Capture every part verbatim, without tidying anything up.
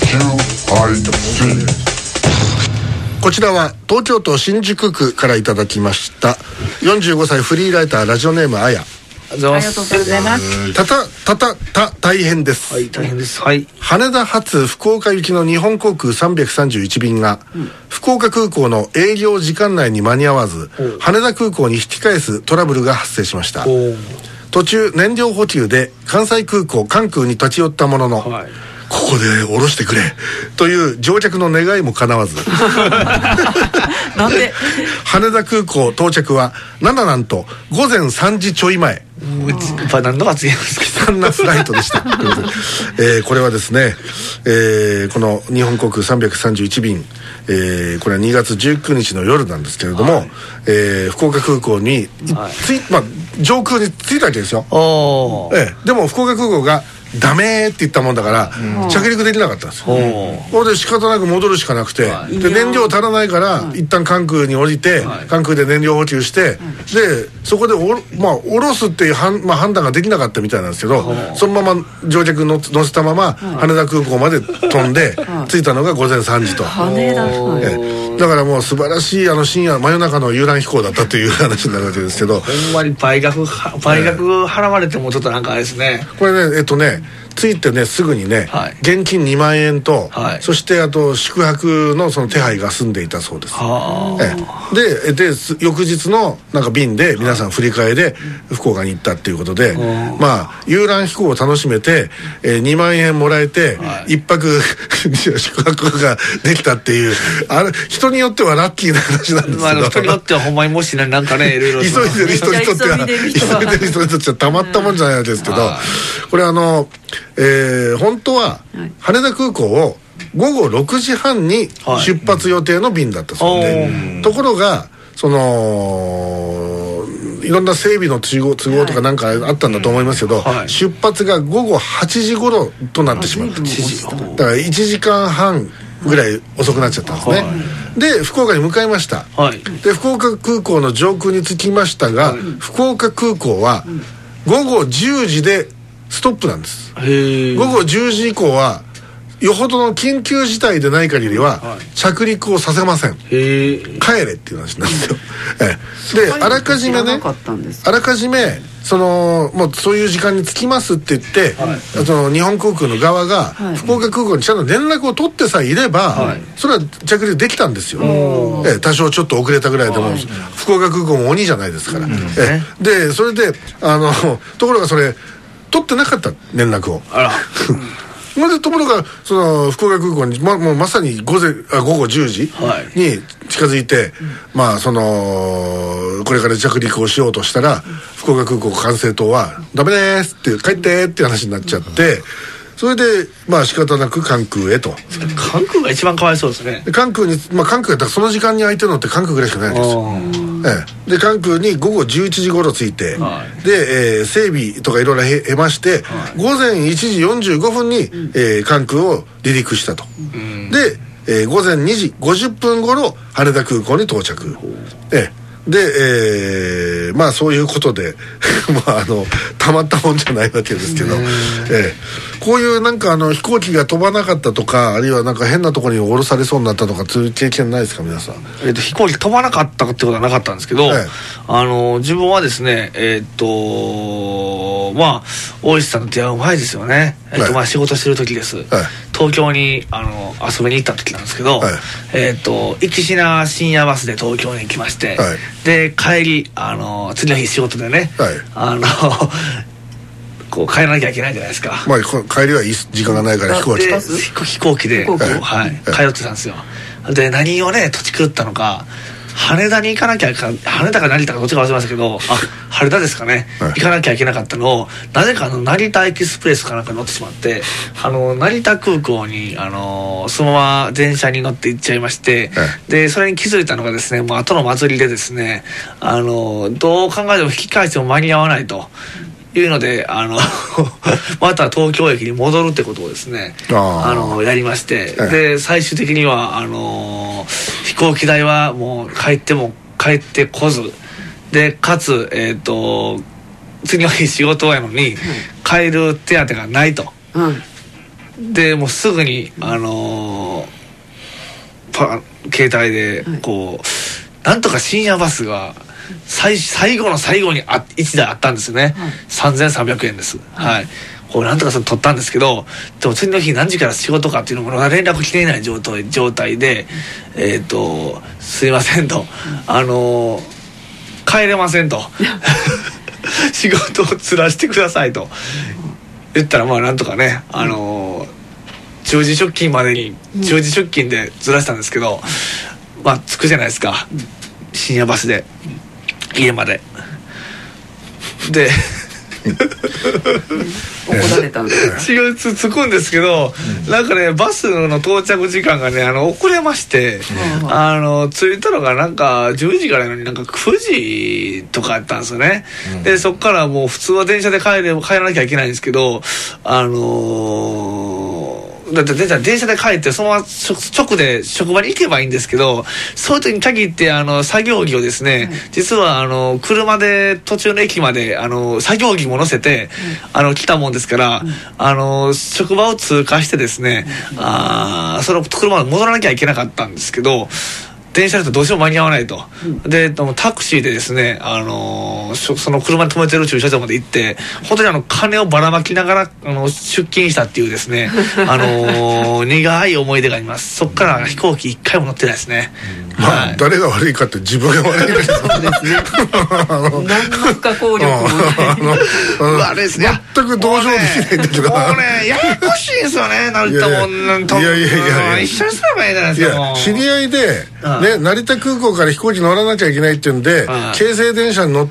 こちらは東京都新宿区からいただきましたよんじゅうごさいフリーライター、ラジオネームあや。 ありがとうございます。 たたたたた大変です。 はい、大変です。はい。 羽田発福岡行きの日本航空さんびゃくさんじゅういち便が、うん、福岡空港の営業時間内に間に合わず、羽田空港に引き返すトラブルが発生しました。途中燃料補給で関西空港関空に立ち寄ったものの、はい、ここで降ろしてくれという乗客の願いも叶わずなんで羽田空港到着はなんだなんとごぜんさんじちょい前。 やっぱ何度かついます悲惨なフライトでした、えー、これはですね、えー、この日本航空さんびゃくさんじゅういち便、えー、これはにがつじゅうくにちの夜なんですけれども、はい、えー、福岡空港に、はい、ついまあ、上空に着いたわけですよ。お、えー、でも福岡空港がダメって言ったもんだから、うん、着陸できなかったんですよ。これで仕方なく戻るしかなくて、はい、で燃料足らないから、はい、一旦関空に降りて、はい、関空で燃料補給して、はい、でそこでお、まあ、降ろすっていうはん、まあ、判断ができなかったみたいなんですけど、はい、そのまま乗客の乗せたまま、はい、羽田空港まで飛んで、はい、着いたのがごぜんさんじと。 羽田、 えだからもう素晴らしいあの深夜真夜中の遊覧飛行だったという話になるわけですけど、 ほんまに倍額倍額払われてもちょっとなんかあれですね。 これね、えっとね着いてねすぐにね、はい、現金にまんえんと、はい、そしてあと宿泊のその手配が済んでいたそうです。えでで翌日のなんか便で皆さん振り替えで福岡に行ったっていうことで、まあ遊覧飛行を楽しめて、えー、にまんえんもらえて、はい、一泊宿泊ができたっていう、あれ人によってはラッキーな話なんですけど、まあ、 人によってはほんまにもしねなんかねいろいろ急いでる人にとっては急いでる人にとってはたまったもんじゃないですけど、これあのえー、本当は羽田空港をごごろくじはんに出発予定の便だったそうで、はい、ところがそのいろんな整備の都合、都合とかなんかあったんだと思いますけど、はい、出発がごごはちじ頃となってしまった。だからいちじかんはんぐらい遅くなっちゃったんですね、はい、で福岡に向かいました、はい、で福岡空港の上空に着きましたが、はい、福岡空港はごごじゅうじでストップなんです。ごごじゅうじ以降はよほどの緊急事態でない限りは着陸をさせません。へ帰れっていう話なんですよえであらかじめねあらかじめそのもうそういう時間に着きますって言って、はい、その日本航空の側が福岡空港にちゃんと連絡を取ってさえいれば、はい、それは着陸できたんですよ。え多少ちょっと遅れたぐらいでも、はい、福岡空港も鬼じゃないですから、うん、えでそれであのところがそれ取ってなかった連絡を。あらでところがその福岡空港に ま, もうまさに午前あ午後じゅうじに近づいて、はい、まあそのこれから着陸をしようとしたら、うん、福岡空港管制塔はダメですって帰ってっていう話になっちゃって、それでまあ仕方なく関空へと。 関空が一番かわいそうですね。 関空に、まあ、関空やったらその時間に空いてるのって関空ぐらいしかないんですよ。ええ、で関空にごごじゅういちじ頃着いて、はい、で、えー、整備とかいろいろへまして、はい、ごぜんいちじよんじゅうごふんに、うんえー、関空を離陸したと、うん、で、えー、ごぜんにじごじゅっぷん頃羽田空港に到着、うん、えーで、えー、まあそういうことでまああのたまったもんじゃないわけですけど、えー、こういうなんかあの飛行機が飛ばなかったとか、あるいはなんか変なところに降ろされそうになったとか、そういう経験ないですか皆さん。 えー、と飛行機飛ばなかったってことはなかったんですけど、えー、あの自分はですねえっ、ー、とまあ大石さんの出会う前ですよね、えーとはい、まあ仕事してる時です、はい、東京にあの遊びに行った時なんですけど、はい、えっ、ー、と行きしな深夜バスで東京に行きまして、はい、で帰りあの次の日仕事でね、はい、あのこう帰らなきゃいけないじゃないですか。 まあ帰りはいい時間がないから飛行機飛行機で飛行機、はいはい、通ってたんですよ。で何をね土地狂ったのか羽田に行かなきゃいけない、羽田か成田かどっちか忘れましたけど、あ羽田ですかね、はい、行かなきゃいけなかったのをなぜかあの成田エキスプレスかなんか乗ってしまって、あの成田空港にあのそのまま電車に乗って行っちゃいまして、はい、でそれに気づいたのがですね、もう後の祭りでですね、あのどう考えても引き返しても間に合わないというので、あのまた東京駅に戻るってことをですねあのやりまして、で最終的にはあの飛行機代はもう帰っても帰ってこずで、かつ、えー、と次の日仕事やのに、うん、帰る手当がないと、うん、 でもうすぐにあのー、パ携帯でこう、はい、なんとか深夜バスが最, 最後の最後にあいちだいあったんですよね、はい、さんぜんさんびゃくえんです、はい、はい、これなんとかそれ取ったんですけど、でも次の日何時から仕事かっていうのも連絡来ていない状態状態で、えっ、ー、とすいませんと、あのー、帰れませんと仕事をつらしてくださいと言ったら、まあなんとかね、あのー、じゅうじ出勤までにじゅうじ出勤でずらしたんですけど、まあ着くじゃないですか、深夜バスで家までで怒られたんです違うつ着くんですけど、うん、なんかねバスの到着時間がねあの遅れまして、うん、あの着いたのがなんかじゅうじからやのになんかくじとかやったんですよね、うん、でそっからもう普通は電車で帰れ帰らなきゃいけないんですけど、あのーだって電車で帰ってそのまま直で職場に行けばいいんですけど、そういう時に限ってあの作業着をですね、うん、実はあの車で途中の駅まであの作業着も乗せて、うん、あの来たもんですから、うん、あの職場を通過してですね、うん、あその車に戻らなきゃいけなかったんですけど、電車だとどうしても間に合わないと、うん、でタクシーでですね、あのー、その車に止めてる駐車場まで行って本当にあの金をばらまきながらあの出勤したっていうですねあのー、苦い思い出があります。そっから飛行機一回も乗ってないですね、 うん、まあ、はい、誰が悪いかって自分が悪いですそうですね何の不可抗力もないあれですね、 全く同情できないんだけど、 もうねややこしいんですよね成田もんなんと、いやいやいやいや一緒にすればいいじゃないですか。 いや知り合いで、ね、成田空港から飛行機乗らなきゃいけないっていうんで、京成電車に乗った、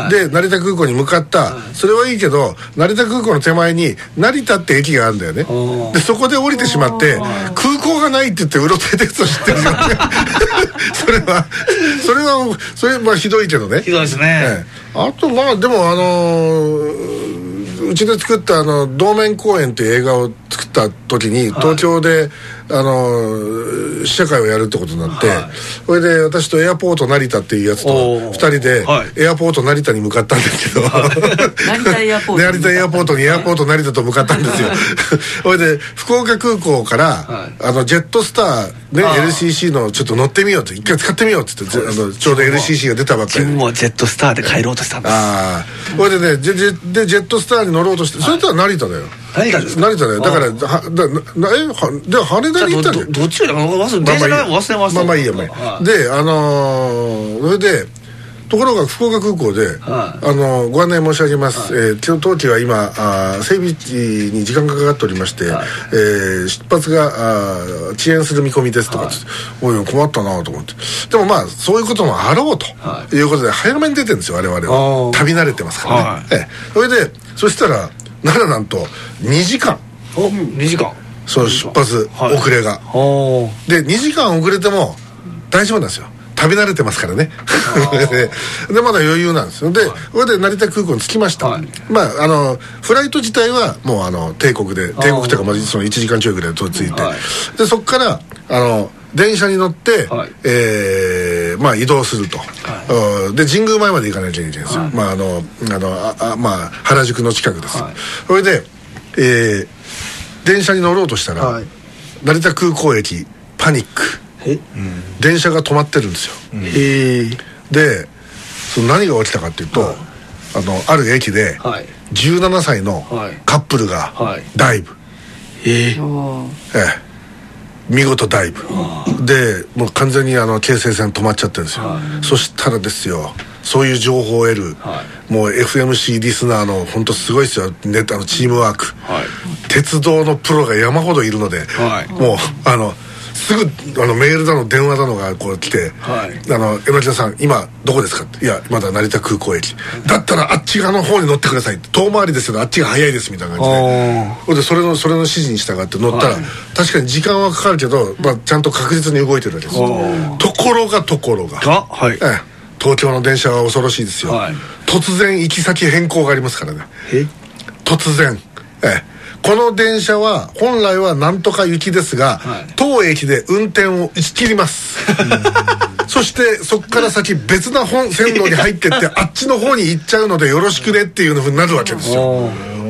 で成田空港に向かった、それはいいけど成田空港の手前に成田って駅があるんだよね。でそこで降りてしまって空港がないって言ってうろついてる人知ってるよねそれはそれはそれはひどいけどね、 ひどいですね、 ええ、あとまあでもあのーうちで作ったあの道面公演っていう映画を作った時に東京で、はい、あの試写会をやるってことになって、はい、それで私とエアポート成田っていうやつとふたりで、はい、エアポート成田に向かったんですけど、はい、 成田エアポート成田エアポートにエアポート成田と向かったんですよそれで福岡空港から、はい、あのジェットスター、ね、エルシーシー のちょっと乗ってみようって一回使ってみようって言ってあのちょうど エルシーシー が出たばっかりで自分もジェットスターで帰ろうとしたんです。 ああそれでねジェでジェットスターに乗ろうとして、それとは成田だよ。 成田ですか。 成田だよ。だからはだなえはで羽田に行ったんだよ。 どどっちか忘れ電車が忘れました。 まあまあいいや、まあ、はい、であのー、それでところが福岡空港で、はい、あのー、ご案内申し上げます、はい、えー、当機は今あ整備に時間がかかっておりまして、はい、えー、出発があ遅延する見込みですとか、はい、おい困ったなと思って、でもまあそういうこともあろうということで早めに出てるんですよ我々は。旅慣れてますからね、はい、えー、それでそしたらならなんとにじかんおにじかんそう出発遅れが、はい、でにじかん遅れても大丈夫なんですよ、旅慣れてますからねでまだ余裕なんですよ。で、はい、これで成田空港に着きました、はい、まああのフライト自体はもうあの帝国で帝国というかまずそのいちじかんちょいぐらいで着いて、はい、でそこからあの電車に乗って、はい、えー、まあ移動すると、はい、で神宮前まで行かなきゃいけないんですよ、はい、まああのあのああまあ原宿の近くです、はい、それで、えー、電車に乗ろうとしたら、はい、成田空港駅パニック、え、うん、電車が止まってるんですよ、うん、でその何が起きたかっていうと、はい、あのある駅でじゅうななさいのカップルがダイブ、はい、えー、ええ見事ダイブでもう完全にあの京成線止まっちゃってるんですよ、はい、そしたらですよそういう情報を得る、はい、もう エフエムシー リスナーの本当すごいですよ、ネットのチームワーク、はい、鉄道のプロが山ほどいるので、はい、もうあのすぐあのメールだの電話だのがこう来て、はい、あの榎田さん今どこですかって、いやまだ成田空港駅、だったらあっち側の方に乗ってくださいって、遠回りですけどあっちが早いですみたいな感じで、でそれのそれの指示に従って乗ったら、はい、確かに時間はかかるけど、まあ、ちゃんと確実に動いてるわけですよ。ところがところが、はい、ええ、東京の電車は恐ろしいですよ、はい、突然行き先変更がありますからね。え突然、ええ、この電車は本来はなんとか行きですが、はい、当駅で運転を打ち切りますそしてそこから先別な本線路に入ってってあっちの方に行っちゃうのでよろしくねっていうふうになるわけですよ。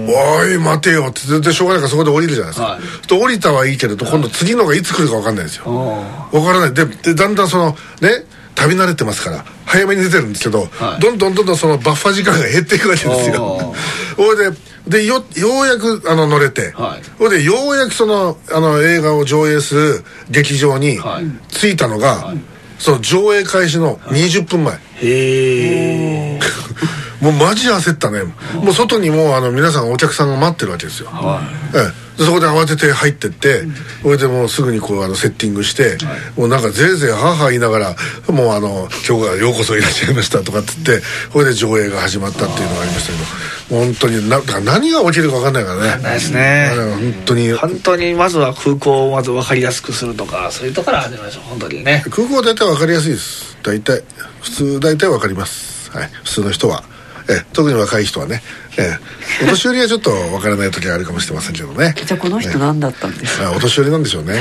おい待てよって絶対しょうがないからそこで降りるじゃないですか、はい、と降りたはいいけれど今度次のがいつ来るか分かんないんですよ。分からない で, でだんだんそのね旅慣れてますから早めに出てるんですけど、はい、どんどんどんどんそのバッファ時間が減っていくわけですよ。それでで よ, ようやくあの乗れて、はい、それでようやくそのあの映画を上映する劇場に着いたのが、はい、その上映開始のにじゅっぷんまえ、はい、へえもうマジ焦ったね。もう外にもうあの皆さんお客さんが待ってるわけですよ、はい、ええでそこで慌てて入ってって、うん、それでもうすぐにこうあのセッティングして、はい、もうなんかぜいぜいはは言いながらもうあの今日はようこそいらっしゃいましたとかって言ってそれで上映が始まったっていうのがありましたけど、本当になだから何が起きるか分かんないからね。分かんないですね。本当に本当にまずは空港をまず分かりやすくするとかそういうところから始めましょう。本当にね空港は大体分かりやすいです。大体普通大体分かります、はい、普通の人はえ特に若い人はね、えお年寄りはちょっとわからない時があるかもしれませんけどね。 じゃあこの人何だったんですか。 お年寄りなんでしょうね。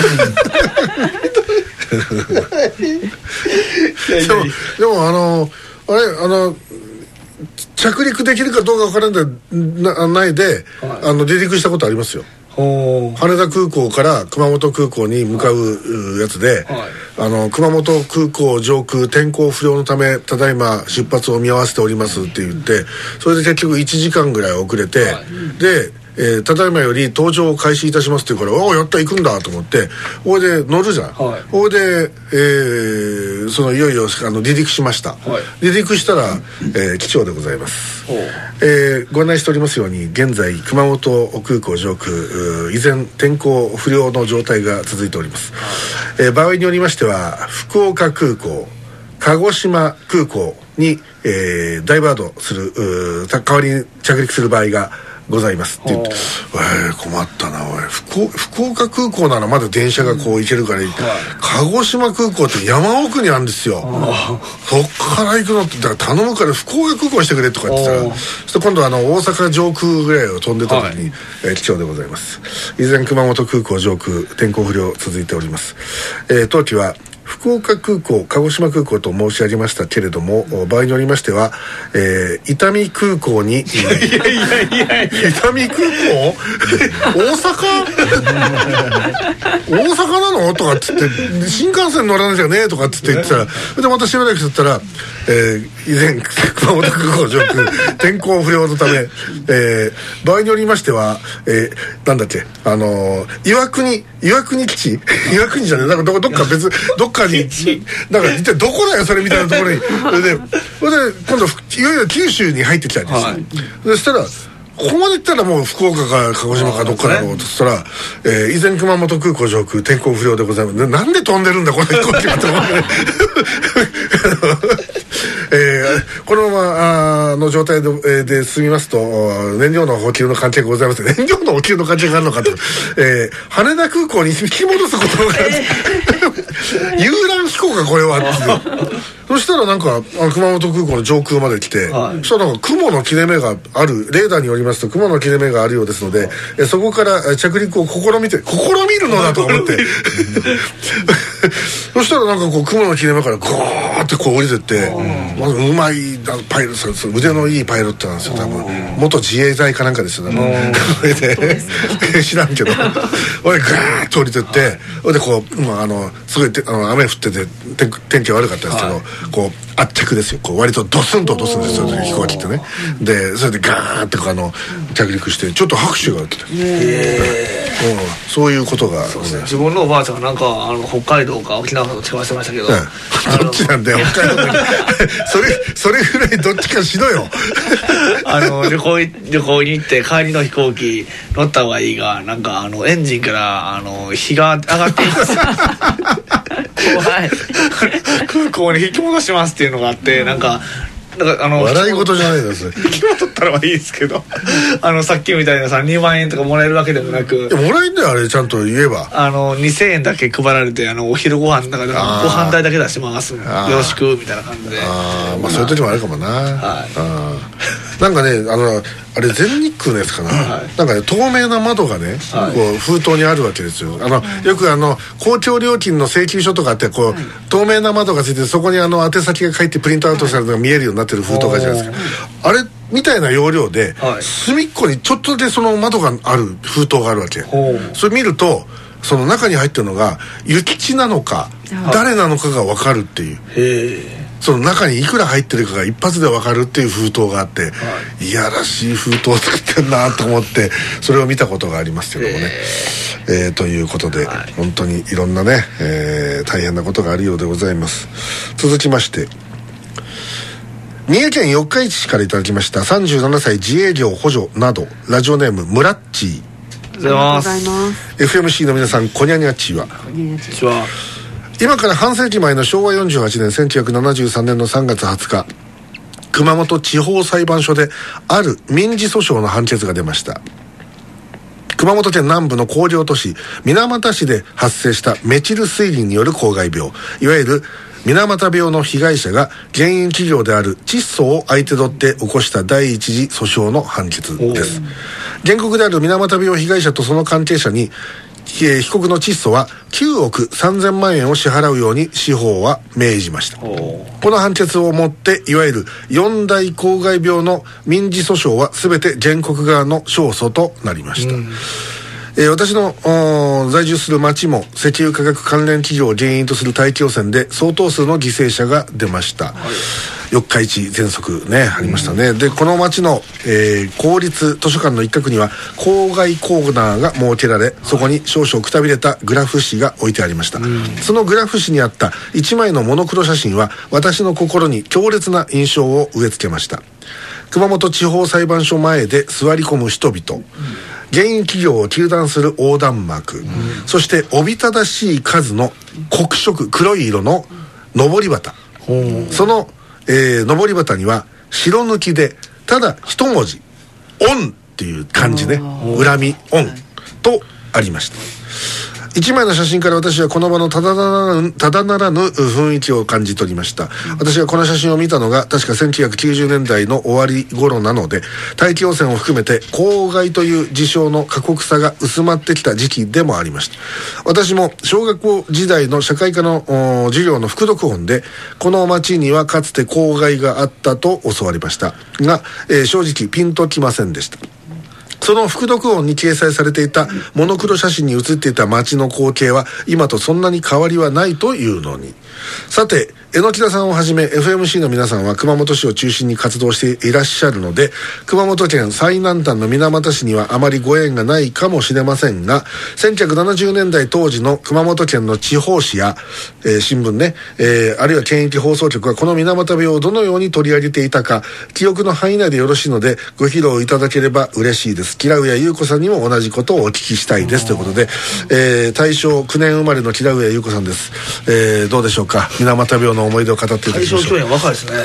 でもでもあのあれあの着陸できるかどうかわからないないで、はい、あの離陸したことありますよ。羽田空港から熊本空港に向かうやつで、はい、あの熊本空港上空天候不良のためただいま出発を見合わせておりますって言ってそれで結局いちじかんぐらい遅れて、はい、でえー、ただいまより搭乗を開始いたしますって言うからおおやった行くんだと思ってこれで乗るじゃん、はい、これで、えー、そのいよいよあの離陸しました、はい、離陸したら、えー、機長でございます、えー、ご案内しておりますように現在熊本空港上空依然天候不良の状態が続いております、えー、場合によりましては福岡空港鹿児島空港に、えー、ダイバードする代わりに着陸する場合がございますって言って、えー、困ったなおい 福, 福岡空港ならまだ電車がこう行けるからいい、うん、鹿児島空港って山奥にあるんですよ。そっから行くのってだから頼むから福岡空港してくれとか言ってたらそして今度はあの大阪上空ぐらいを飛んでた時に、はいえー、機長でございます。依然熊本空港上空天候不良続いております、えー、当機は福岡空港鹿児島空港と申し上げましたけれども場合によりましては、えー、伊丹空港にいやいやいやいやいや伊丹空港大阪大阪なのとかっつって新幹線乗らなきゃねとかっつって言ってたらでまたしばらくすったら、えー、以前熊本空港上空天候不良のため、えー、場合によりましては、えー、なんだっけあのー、岩国岩国基地岩国じゃねえなんか ど, どっか別どっかになんか一体どこだよそれみたいなところにそれでそれで今度いよいよ九州に入ってきたんですよ、はい、そしたらここまで行ったらもう福岡か鹿児島かどっかだろうとしたら、えー、以前熊本空港上空天候不良でございます。なんで飛んでるんだこの飛行機はと思って、えー、このままあの状態で、えー、で進みますと燃料の補給の関係がございます。燃料の補給の関係があるのかと、えー、羽田空港に引き戻すことが遊覧飛行かこれはってそしたらなんか熊本空港の上空まで来て、はい、そしたらなんか雲の切れ目があるレーダーによりますと雲の切れ目があるようですので、えそこから着陸を試みて試みるのだと思ってそしたらなんかこう雲の切れ目からゴーってこう降りてって、まずうまいパイロット腕のいいパイロットなんですよ多分元自衛隊かなんかですよねそれで知らんけど俺ガーッと降りてってそれでこう、まあ、あのすごいあの雨降ってて天, 天気悪かったですけど、はい、こう圧着ですよこう割とドスンとドスンですよ飛行機ってねでそれでガーッてこうあの着陸してちょっと拍手が来てへー、うん、そういうことがそうですね自分のおばあちゃんがなんかあの北海道か沖縄かと違わせてましたけど、 うん、どっちなんだよ北海道それそれぐらいどっちかしろよあの旅行旅行に行って帰りの飛行機乗った方がいいがなんかあのエンジンからあの火が上がっています怖い空港に引き戻しますっていうのがあってなんかなんかあの笑い事じゃないです引き戻ったらはいいですけどあのさっきみたいなさにまんえんとかもらえるわけでもなくもらえんだよあれちゃんと言えばあのにせんえんだけ配られてあのお昼ご飯だからご飯代だけ出しますよろしくみたいな感じでああまあそういう時もあるかもな、はい、あなんかねあのあれ全日空のやつかな、はい、なんかね透明な窓がね、はい、こう封筒にあるわけですよあの、はい、よくあの公共料金の請求書とかってこう、はい、透明な窓がついてそこにあの宛先が書いてプリントアウトされるのが見えるようになってる封筒があるじゃないですか、はい、あれみたいな要領で、 はい、 隅っこにちょっとでその窓がある封筒があるわけ。それ見るとその中に入ってるのが諭吉なのか誰なのかが分かるっていう、へえ、その中にいくら入ってるかが一発で分かるっていう封筒があって、はい、いやらしい封筒を作ってんなと思ってそれを見たことがありますけどもね、えー、ということで、はい、本当にいろんなね、えー、大変なことがあるようでございます。続きまして三重県四日市市からいただきましたさんじゅうななさい自営業補助などラジオネームムラッチー、 ありがとうございます。 エフエムシー の皆さんこにゃにゃっちは。 こんにちは。 今から半世紀前のしょうわよんじゅうはちねんせんきゅうひゃくななじゅうさんねんのさんがつはつか、熊本地方裁判所である民事訴訟の判決が出ました。熊本県南部の工業都市水俣市で発生したメチル水銀による公害病、いわゆる水俣病の被害者が原因企業である窒素を相手取って起こした第一次訴訟の判決です。原告である水俣病被害者とその関係者に被告の窒素はきゅうおくさんぜんまんえんを支払うように司法は命じました。この判決をもっていわゆる四大公害病の民事訴訟は全て原告側の勝訴となりました。えー、私の在住する町も石油化学関連企業を原因とする大気汚染で相当数の犠牲者が出ました。はい、四日市喘息ねありましたね。でこの町の、えー、公立図書館の一角には公害コーナーが設けられ、そこに少々くたびれたグラフ紙が置いてありました。そのグラフ紙にあった一枚のモノクロ写真は私の心に強烈な印象を植え付けました。熊本地方裁判所前で座り込む人々、原因企業を糾弾する横断幕、うん、そしておびただしい数の黒色黒い色の上り旗、うん、その、えー、上り旗には白抜きでただ一文字「オン」っていう漢字ね、恨み「オン」とありました。一枚の写真から私はこの場のただならぬ、ただならぬ雰囲気を感じ取りました。私がこの写真を見たのが確かせんきゅうひゃくきゅうじゅうねんだいの終わり頃なので、大気汚染を含めて公害という事象の過酷さが薄まってきた時期でもありました。私も小学校時代の社会科の授業の副読本でこの町にはかつて公害があったと教わりましたが、えー、正直ピンときませんでした。その副読音に掲載されていたモノクロ写真に写っていた街の光景は今とそんなに変わりはないというのに。さて榎田さんをはじめ エフエムシー の皆さんは熊本市を中心に活動していらっしゃるので、熊本県最南端の水俣市にはあまりご縁がないかもしれませんが、せんきゅうひゃくななじゅうねんだい当時の熊本県の地方紙や、えー、新聞ね、えー、あるいは県域放送局はこの水俣病をどのように取り上げていたか記憶の範囲内でよろしいのでご披露いただければ嬉しいです。木良優子さんにも同じことをお聞きしたいですということで、えー、大正きゅうねん生まれの木良優子さんです。えー、どうでしょうか、水俣病の思い出を語っていただきましょう。 大正去年若いですね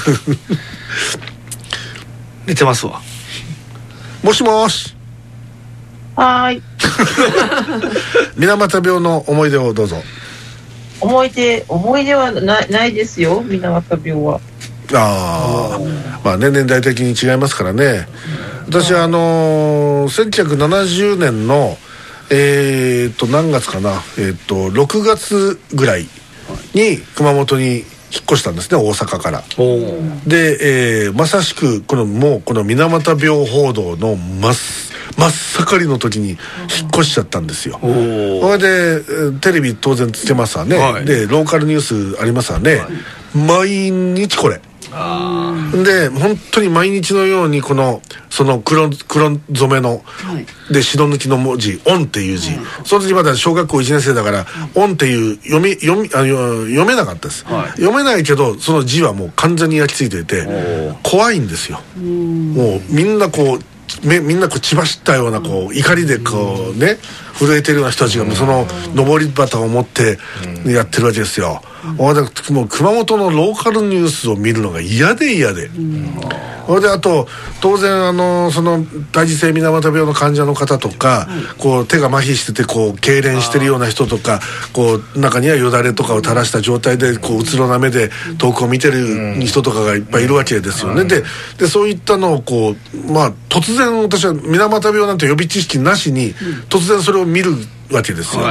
寝てますわ。 もしもし。 はーい水俣病の思い出をどうぞ。 思い出思い出は な, ないですよ水俣病は。 ああ、まあ年齢代的に違いますからね。私はあのー、せんきゅうひゃくななじゅうねんのえー、っと何月かな、えー、っとろくがつぐらいに熊本に引っ越したんですね、大阪から。で、えー、まさしくこのもうこの水俣病報道の真っ真っ盛りの時に引っ越しちゃったんですよ。それでテレビ当然つけますわね、はい、でローカルニュースありますわね、はい、毎日これあで本当に毎日のようにこのその 黒, 黒染めの、はい、で白抜きの文字「オン」っていう字、はい、その時まだ小学校いちねんせいだから「はい、オン」っていう読み読みあ読めなかったです、はい、読めないけどその字はもう完全に焼き付いていて怖いんですよ。もうみんなこうみんなこう血走ったようなこう怒りでこうね震えてるような人たちがその上り旗を持ってやってるわけですよ。もう熊本のローカルニュースを見るのが嫌で嫌で、それであと当然あのその胎児性水俣病の患者の方とか、こう手が麻痺しててこう痙攣してるような人とか、こう中にはよだれとかを垂らした状態でこううつろな目で遠くを見てる人とかがいっぱいいるわけですよね。ででそういったのをこうまあ突然私は水俣病なんて予備知識なしに突然それを見るわけですよ、はい、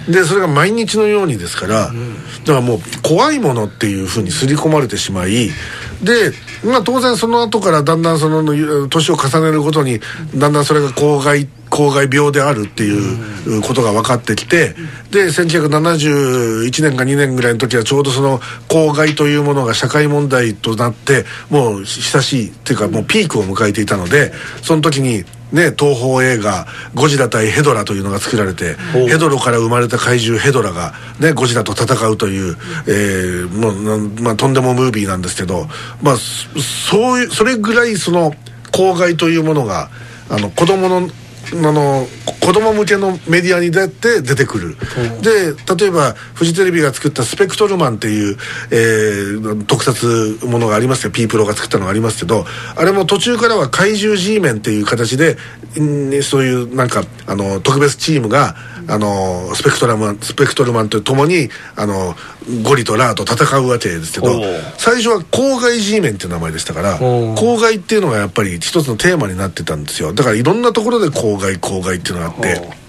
でそれが毎日のようにですから、うん、だからもう怖いものっていうふうに刷り込まれてしまい、で、まあ、当然その後からだんだんその年を重ねるごとにだんだんそれが公害公害病であるっていうことが分かってきて、でせんきゅうひゃくななじゅういちねんかにねんぐらいの時はちょうどその公害というものが社会問題となってもう久しいっていうかもうピークを迎えていたので、その時にね、東宝映画ゴジラ対ヘドラというのが作られて、ヘドロから生まれた怪獣ヘドラが、ね、ゴジラと戦うという、えーもうまあ、とんでもムービーなんですけど、まあ、そういうそれぐらいその公害というものがあの子供のあの子供向けのメディアにだって出てくる。で例えばフジテレビが作ったスペクトルマンっていう、えー、特撮ものがありますよ。ピープロが作ったのがありますけど、あれも途中からは怪獣 G メンっていう形で、んそういうなんかあの特別チームがあのスペクトルマンスペクトルマンとともにあのゴリとラーと戦うわけですけど、最初は公害 G メンっていう名前でしたから、公害っていうのがやっぱり一つのテーマになってたんですよ。だからいろんなところで公害公害っていうのがあって、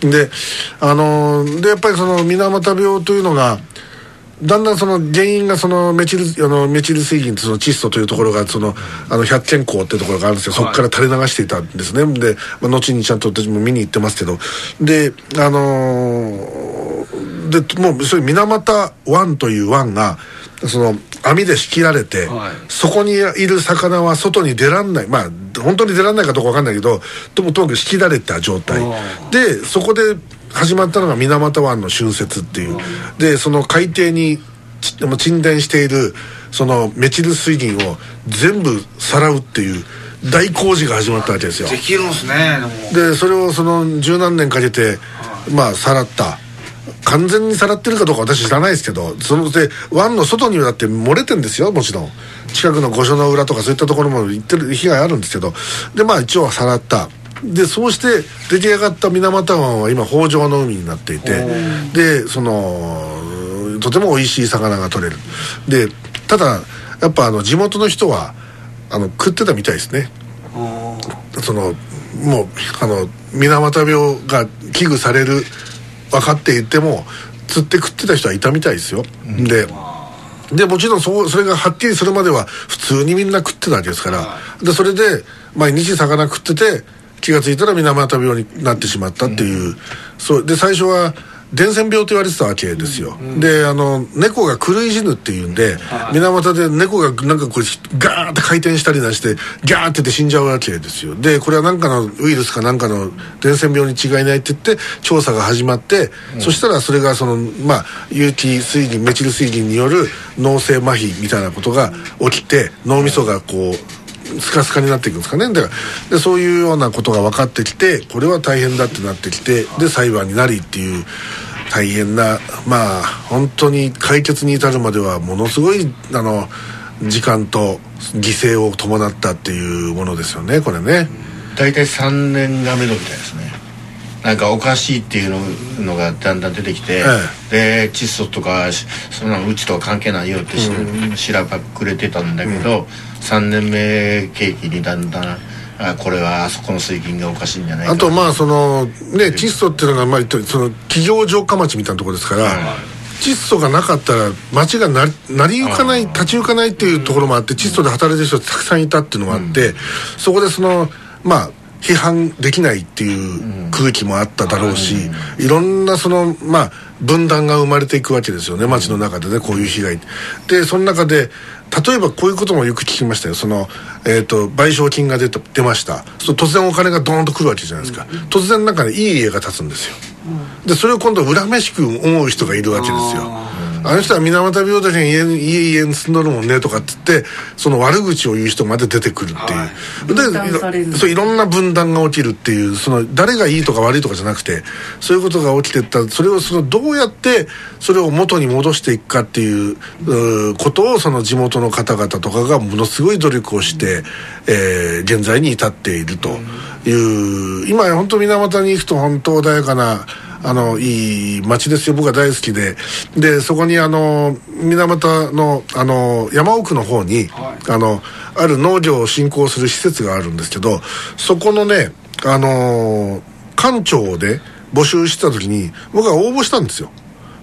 であのでやっぱりその水俣病というのがだんだんその原因がそのメチルあのメチル水銀とその窒素というところがそのあの百軒港っていうところがあるんですよ。そこから垂れ流していたんですね。で、まあ、後にちゃんと私も見に行ってますけど、であのー、でもうそういう水俣湾という湾がその網で仕切られて、はい、そこにいる魚は外に出らんない、まあ本当に出らんないかどうか分かんないけど、ともともかく仕切られた状態で、そこで始まったのが水俣湾の浚渫っていう、でその海底に沈殿しているそのメチル水銀を全部さらうっていう大工事が始まったわけですよ。 できるんですね。 でそれをその十何年かけてまあさらった、完全にさらってるかどうか私知らないですけど、そので湾の外にはだって漏れてんですよ。もちろん近くの御所の裏とかそういったところも行ってる被害あるんですけど、でまあ一応はさらった。でそうして出来上がった水俣湾は今豊穣の海になっていて、でそのとても美味しい魚が取れる。でただやっぱあの地元の人はあの食ってたみたいですね。そのもうあの水俣病が危惧される分かっていても釣って食ってた人はいたみたいですよ。うん、ででもちろん そ, それがはっきりするまでは普通にみんな食ってたわけですから、はい、でそれで毎日魚食ってて気がついたら水俣病になってしまったっていう、うん、そうで最初は伝染病と言われてたわけですよ。うん、であの猫が狂い死ぬっていうんで、はい、水俣で猫がなんかこれガーって回転したりなしてギャーってって死んじゃうわけですよ。でこれは何かのウイルスか何かの伝染病に違いないって言って調査が始まって、うん、そしたらそれがそのまあ有機水銀メチル水銀による脳性麻痺みたいなことが起きて脳みそがこうスカスカになっていくんですかね。だからでそういうようなことが分かってきて、これは大変だってなってきて、で裁判になりっていう大変な、まあ本当に解決に至るまではものすごいあの時間と犠牲を伴ったっていうものですよね、これね。 大体さんねんがめどみたいですね。なんかおかしいっていう の, のがだんだん出てきて、ええ、で窒素とかそんなのうちとは関係ないよって、うん、調べくれてたんだけど、うん、さんねんめ契機にだんだんあこれはあそこの水銀がおかしいんじゃないか。 あとまあそのね窒素っていうのがまあその企業城下町みたいなところですから、うん、窒素がなかったら町がな成り行かない立ち行かないっていうところもあって、窒素で働いてる人たくさんいたっていうのがあって、うん、そこでそのまあ批判できないっていう空気もあっただろうし、うん、いろんなそのまあ分断が生まれていくわけですよね、街の中でね、こういう被害で。その中で例えばこういうこともよく聞きましたよ。その、えーと、賠償金が 出, 出ました。そう突然お金がドーンと来るわけじゃないですか、うん、突然なんかねいい家が建つんですよ、うん、でそれを今度恨めしく思う人がいるわけですよ。あの人は水俣病だけに家家家に住んどるもんねとかって言ってその悪口を言う人まで出てくるっていう、はい、でそういろんな分断が起きるっていう、その誰がいいとか悪いとかじゃなくてそういうことが起きてった、それをそのどうやってそれを元に戻していくかっていう、うことをその地元の方々とかがものすごい努力をして、えー、現在に至っているという、今本当水俣に行くと本当穏やかなあのいい街ですよ。僕は大好きで、でそこにあの水俣のあの山奥の方に、はい、あのある農業を振興する施設があるんですけど、そこのねあの館長で募集してた時に僕は応募したんですよ。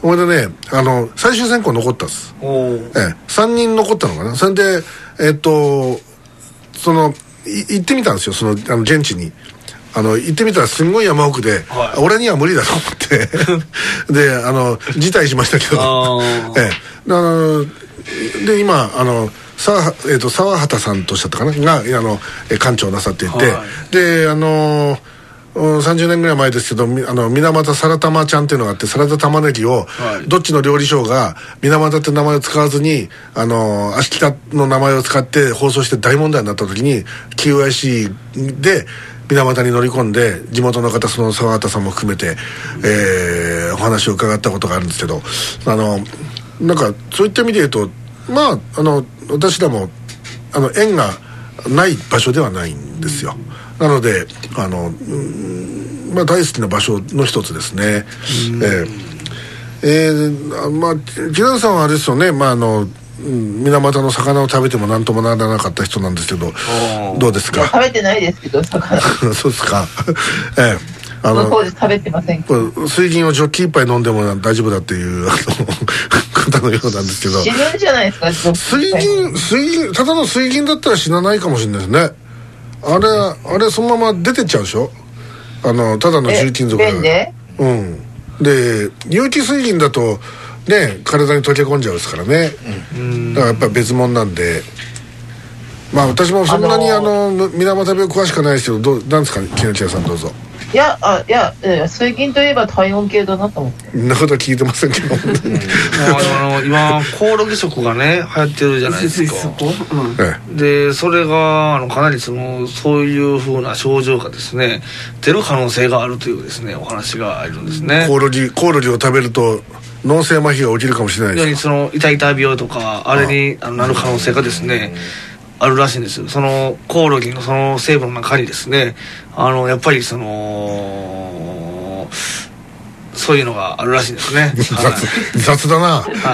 これでねあの最終選考残ったんです。ええ、さんにん残ったのかな。それでえっとそのい行ってみたんですよ、そのあの現地に。あの行ってみたらすんごい山奥で、はい、俺には無理だと思ってであの辞退しましたけどええ、あので今あの沢、えー、と沢畑さんとおっしゃったかながあの館長なさっていて、はい、であのさんじゅうねんぐらい前ですけど、あの水俣サラタマちゃんっていうのがあって、サラダ玉ねぎを、はい、どっちの料理賞が水俣って名前を使わずにあの芦北の名前を使って放送して大問題になった時に キューアイシー で水俣に乗り込んで地元の方、その沢畑さんも含めて、えー、お話を伺ったことがあるんですけど、あのなんかそういった意味で言うと、まああの私らもあの縁がない場所ではないんですよ。なのであの、うんまあ、大好きな場所の一つですね。えーえー、まあ木南さんはあれですよね、まああの水俣の魚を食べても何ともならなかった人なんですけど、どうですか。 食べてないですけど魚そうですかええあの当時食べてませんけど、 水銀をジョッキ一杯飲んでも大丈夫だっていうあの方のようなんですけど、 死ぬんじゃないですか。 水銀水銀ただの水銀だったら死なないかもしれないですね。あれあれそのまま出てっちゃうでしょ、あのただの重金属で。便でうんで有機水銀だとね体に溶け込んじゃうですからね、うん、だからやっぱり別物なんで、まあ私もそんなにあの水俣病詳しくないですけど、どうなんですか木内さん、どうぞ。 いやあいや水銀といえば体温計だなと思って。 そんなことは聞いてませんけど、うん、 あの今コオロギ食がね流行ってるじゃないですかうん、でそれがあのかなりそのそういう風な症状がですね出る可能性があるというですねお話があるんですね。 コオロギコオロギを食べると脳性麻痺が起きるかもしれないですか。 その痛々病とかあれにあのなる可能性がですねあるらしいんですよ。そのコオロギのその成分の中にですねあのやっぱりそのそういうのがあるらしいんですね雑, 雑だな、 はい、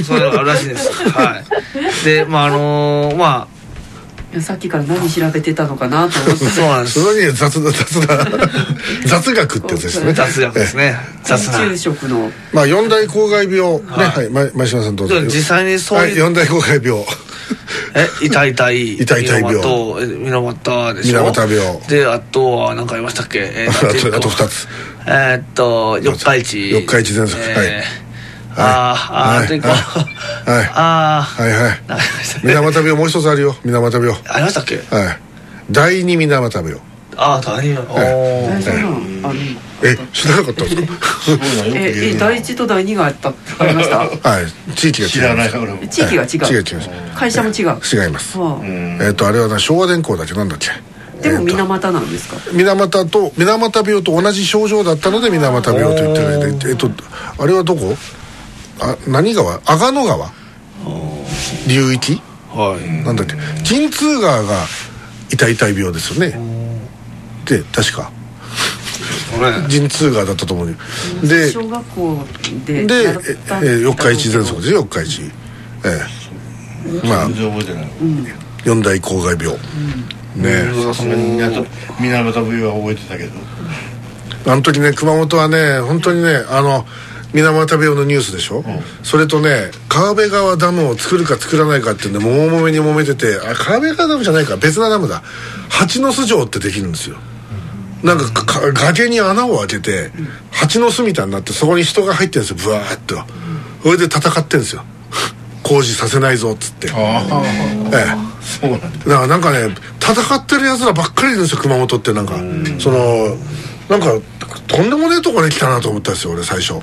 そういうのがあるらしいですはいでまああのー、まあさっきから何調べてたのかなと思ってそうなんです。 それに雑だ雑だ雑学ってやつですね。 雑学ですね。雑な中食のまあ四大公害病ね、はい、はい、前島さんどうぞ。 実際にそういう、はい、 四大公害病え痛々い痛々病と水俣でしょ。 水俣病であとは何かありましたっけ、えー、 あと二つえー、っと四日市四日市喘息、えー、はいあーあーというかはいあはいはい水俣病もう一つあるよ。水俣病ありましたっけ。 はい第二水俣病。 ああ第二おえ知らなかったんですかええ第一と第二があったありましたはい地域が違う。 知らない俺も地域が違う。 違う違う会社も違う。 違います。えっとあれはな昭和電工だっけなんだっけ。 でも水俣なんですか。 水俣と水俣病と同じ症状だったので水俣病と言ってるんで、えっとあれはどこあ何川阿賀野川流域、はい、なんだっけ神通川が痛々病ですよねで確か神通川だったと思う。で小学校ででえ四日市喘息ですよ。四日市ええまあ四大公害病、うん、ねさすがに水俣病は覚えてたけどあの時ね熊本はね本当にねあの水俣病のニュースでしょ、うん、それとね川辺川ダムを作るか作らないかっていうんでもうもめに揉めてて、あ川辺川ダムじゃないか別なダムだ蜂の巣城ってできるんですよ、うん、なんかか崖に穴を開けて、うん、蜂の巣みたいになってそこに人が入ってるんですよブワーッと、うん、それで戦ってるんですよ工事させないぞっつって。ああ、ええ、そうなんだ。だからなんかね戦ってるやつらばっかりいるんですよ熊本ってなんかそのなんかとんでもねえとこに来たなと思ったんですよ俺最初、はい、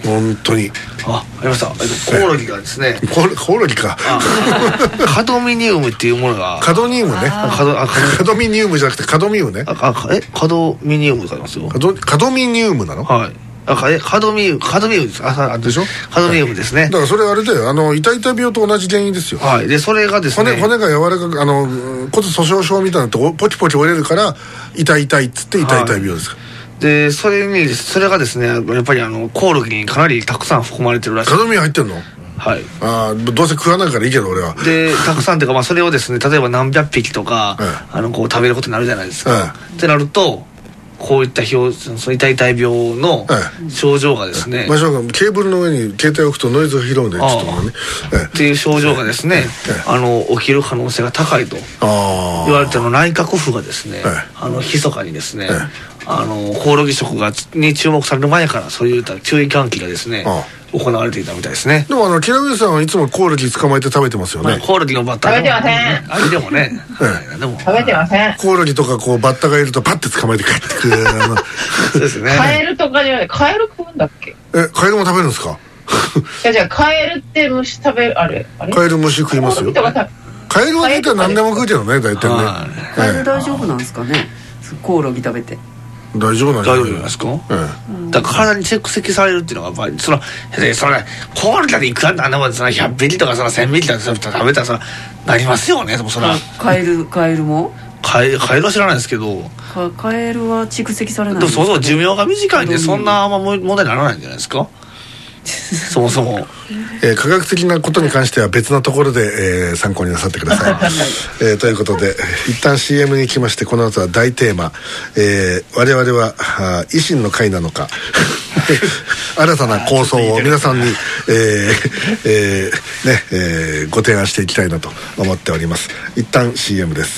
本当に。 あ、ありました。コオロギがですねコオロギかカドミニウムっていうものがカドニウムねカドあカドミニウムじゃなくてカドミウムねああえカドミニウムがありますよ。 カドカドミニウムなの。 はいあえカドミウムカドミウムですああでしょカドミウムですね、はい、 だからそれあれだよあの痛々病と同じ原因ですよ。 はいでそれがですね骨, 骨が柔らかくあの骨粗鬆症みたいなとポキポキ折れるから痛い痛いっつって痛々病ですか、はいでそれにそれがですねやっぱりあのコオロギにかなりたくさん含まれてるらしい。 カドミン入ってんの。 はい。 ああどうせ食わないからいいけど俺は。 でたくさんっていうかまあそれをですね例えば何百匹とか、はい、あのこう食べることになるじゃないですか、はい、ってなるとこういった表その痛い痛い病の症状がですね、 まあ、ケーブルの上に携帯を置くとノイズが拾うんでちょっとね、 っていう症状がですね、あの起きる可能性が高いと言われての内閣府がですね、あの密かにですね、あのコオロギ食がに注目される前からそういった注意喚起がですね行われていたみたいですね。 でもあの木南さんはいつもコオロギ捕まえて食べてますよね、 まあ、コオロギのバッタ食べてません。 あれでもね、 でも食べてません。 コオロギとかこうバッタがいるとパッて捕まえて帰ってくるそうですね。 カエルとかじゃない、カエル食うんだっけ。 えカエルも食べるんですか。 じゃじゃカエルって虫食べるあれあれカエル虫食いますよ。カエルは大体何でも食うけどね大体ね。 カエル大丈夫なんですかね、コオロギ食べて。 大丈夫なんじゃないですか。だから体に蓄積されるっていうのがやっぱりそのそれコオロギだっていくらなんでもそのひゃくミリとかそのせんミリとか食べたらそれなりますよね。でもそれカエルカエルもカエルカエルは知らないですけど、 カカエルは蓄積されないんでですか、ね、 もそうそう寿命が短いんでそんなあんま問題にならないんじゃないですか。そもそも、 えー、科学的なことに関しては別のところで、えー、参考になさってください、えー、ということで一旦 シーエム に行きまして、この後は大テーマ、えー、我々は維新の会なのか新たな構想を皆さんに、えーえーねえー、ご提案していきたいなと思っております。一旦 シーエム です。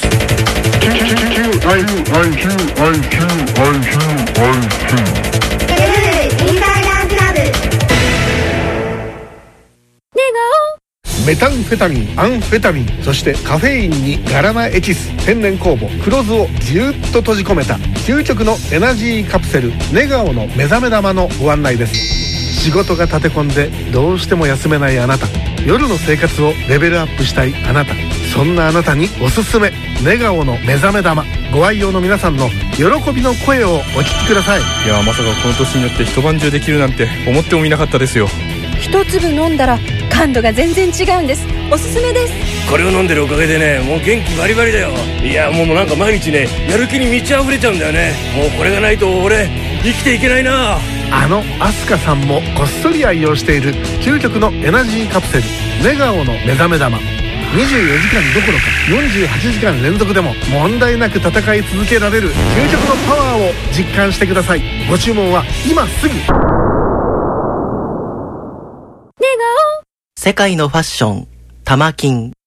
メタンフェタミン、アンフェタミン、そしてカフェインにガラナエキス、天然酵母黒酢をぎゅっと閉じ込めた究極のエナジーカプセルネガオの目覚め玉のご案内です。仕事が立て込んでどうしても休めないあなた、夜の生活をレベルアップしたいあなた、そんなあなたにおすすめネガオの目覚め玉。ご愛用の皆さんの喜びの声をお聞きください。 いやまさかこの年によって一晩中できるなんて思ってもみなかったですよ。 一粒飲んだら感度が全然違うんです。おすすめです。 これを飲んでるおかげでね、もう元気バリバリだよ。いやもうなんか毎日ねやる気に満ち溢れちゃうんだよね。もうこれがないと俺生きていけないな。 あのアスカさんもこっそり愛用している究極のエナジーカプセルネガオの目覚め玉。にじゅうよじかんどころかよんじゅうはちじかん連続でも問題なく戦い続けられる究極のパワーを実感してください。ご注文は今すぐ。 世界のファッション、タマキン。